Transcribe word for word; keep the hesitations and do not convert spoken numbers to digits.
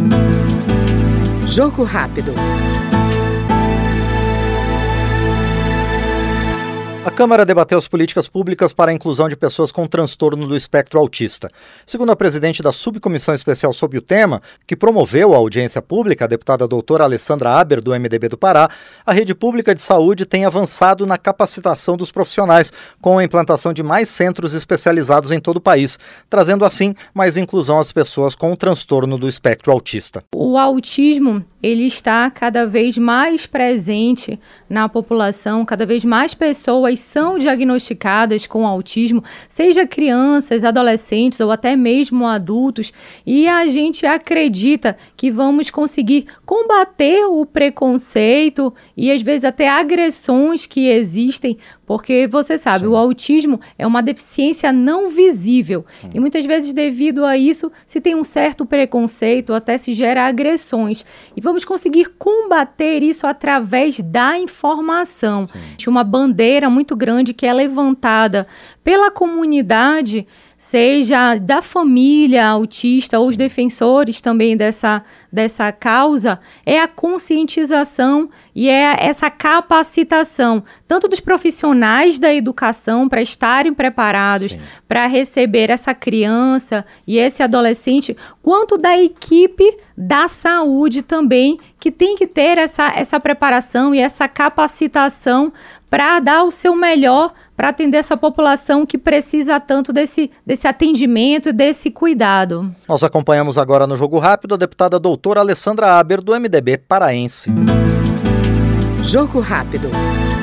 Jogo rápido. A Câmara debateu as políticas públicas para a inclusão de pessoas com transtorno do espectro autista. Segundo a presidente da Subcomissão Especial sobre o tema, que promoveu a audiência pública, a deputada doutora Alessandra Aber, do M D B do Pará, a rede pública de saúde tem avançado na capacitação dos profissionais, com a implantação de mais centros especializados em todo o país, trazendo assim mais inclusão às pessoas com o transtorno do espectro autista. O autismo, ele está cada vez mais presente na população, cada vez mais pessoas são diagnosticadas com autismo, seja crianças, adolescentes ou até mesmo adultos, e a gente acredita que vamos conseguir combater o preconceito e às vezes até agressões que existem, porque você sabe, Sim. o autismo é uma deficiência não visível hum. e muitas vezes devido a isso se tem um certo preconceito, até se gera agressões, e vamos conseguir combater isso através da informação. Sim. Uma bandeira muito grande que é levantada pela comunidade, seja da família autista ou os defensores também dessa, dessa causa, é a conscientização e é essa capacitação, tanto dos profissionais da educação para estarem preparados para receber essa criança e esse adolescente, quanto da equipe da saúde também, que tem que ter essa, essa preparação e essa capacitação para dar o seu melhor para atender essa população que precisa tanto desse, desse atendimento e desse cuidado. Nós acompanhamos agora no Jogo Rápido a deputada doutora Alessandra Aber, do M D B paraense. Jogo Rápido.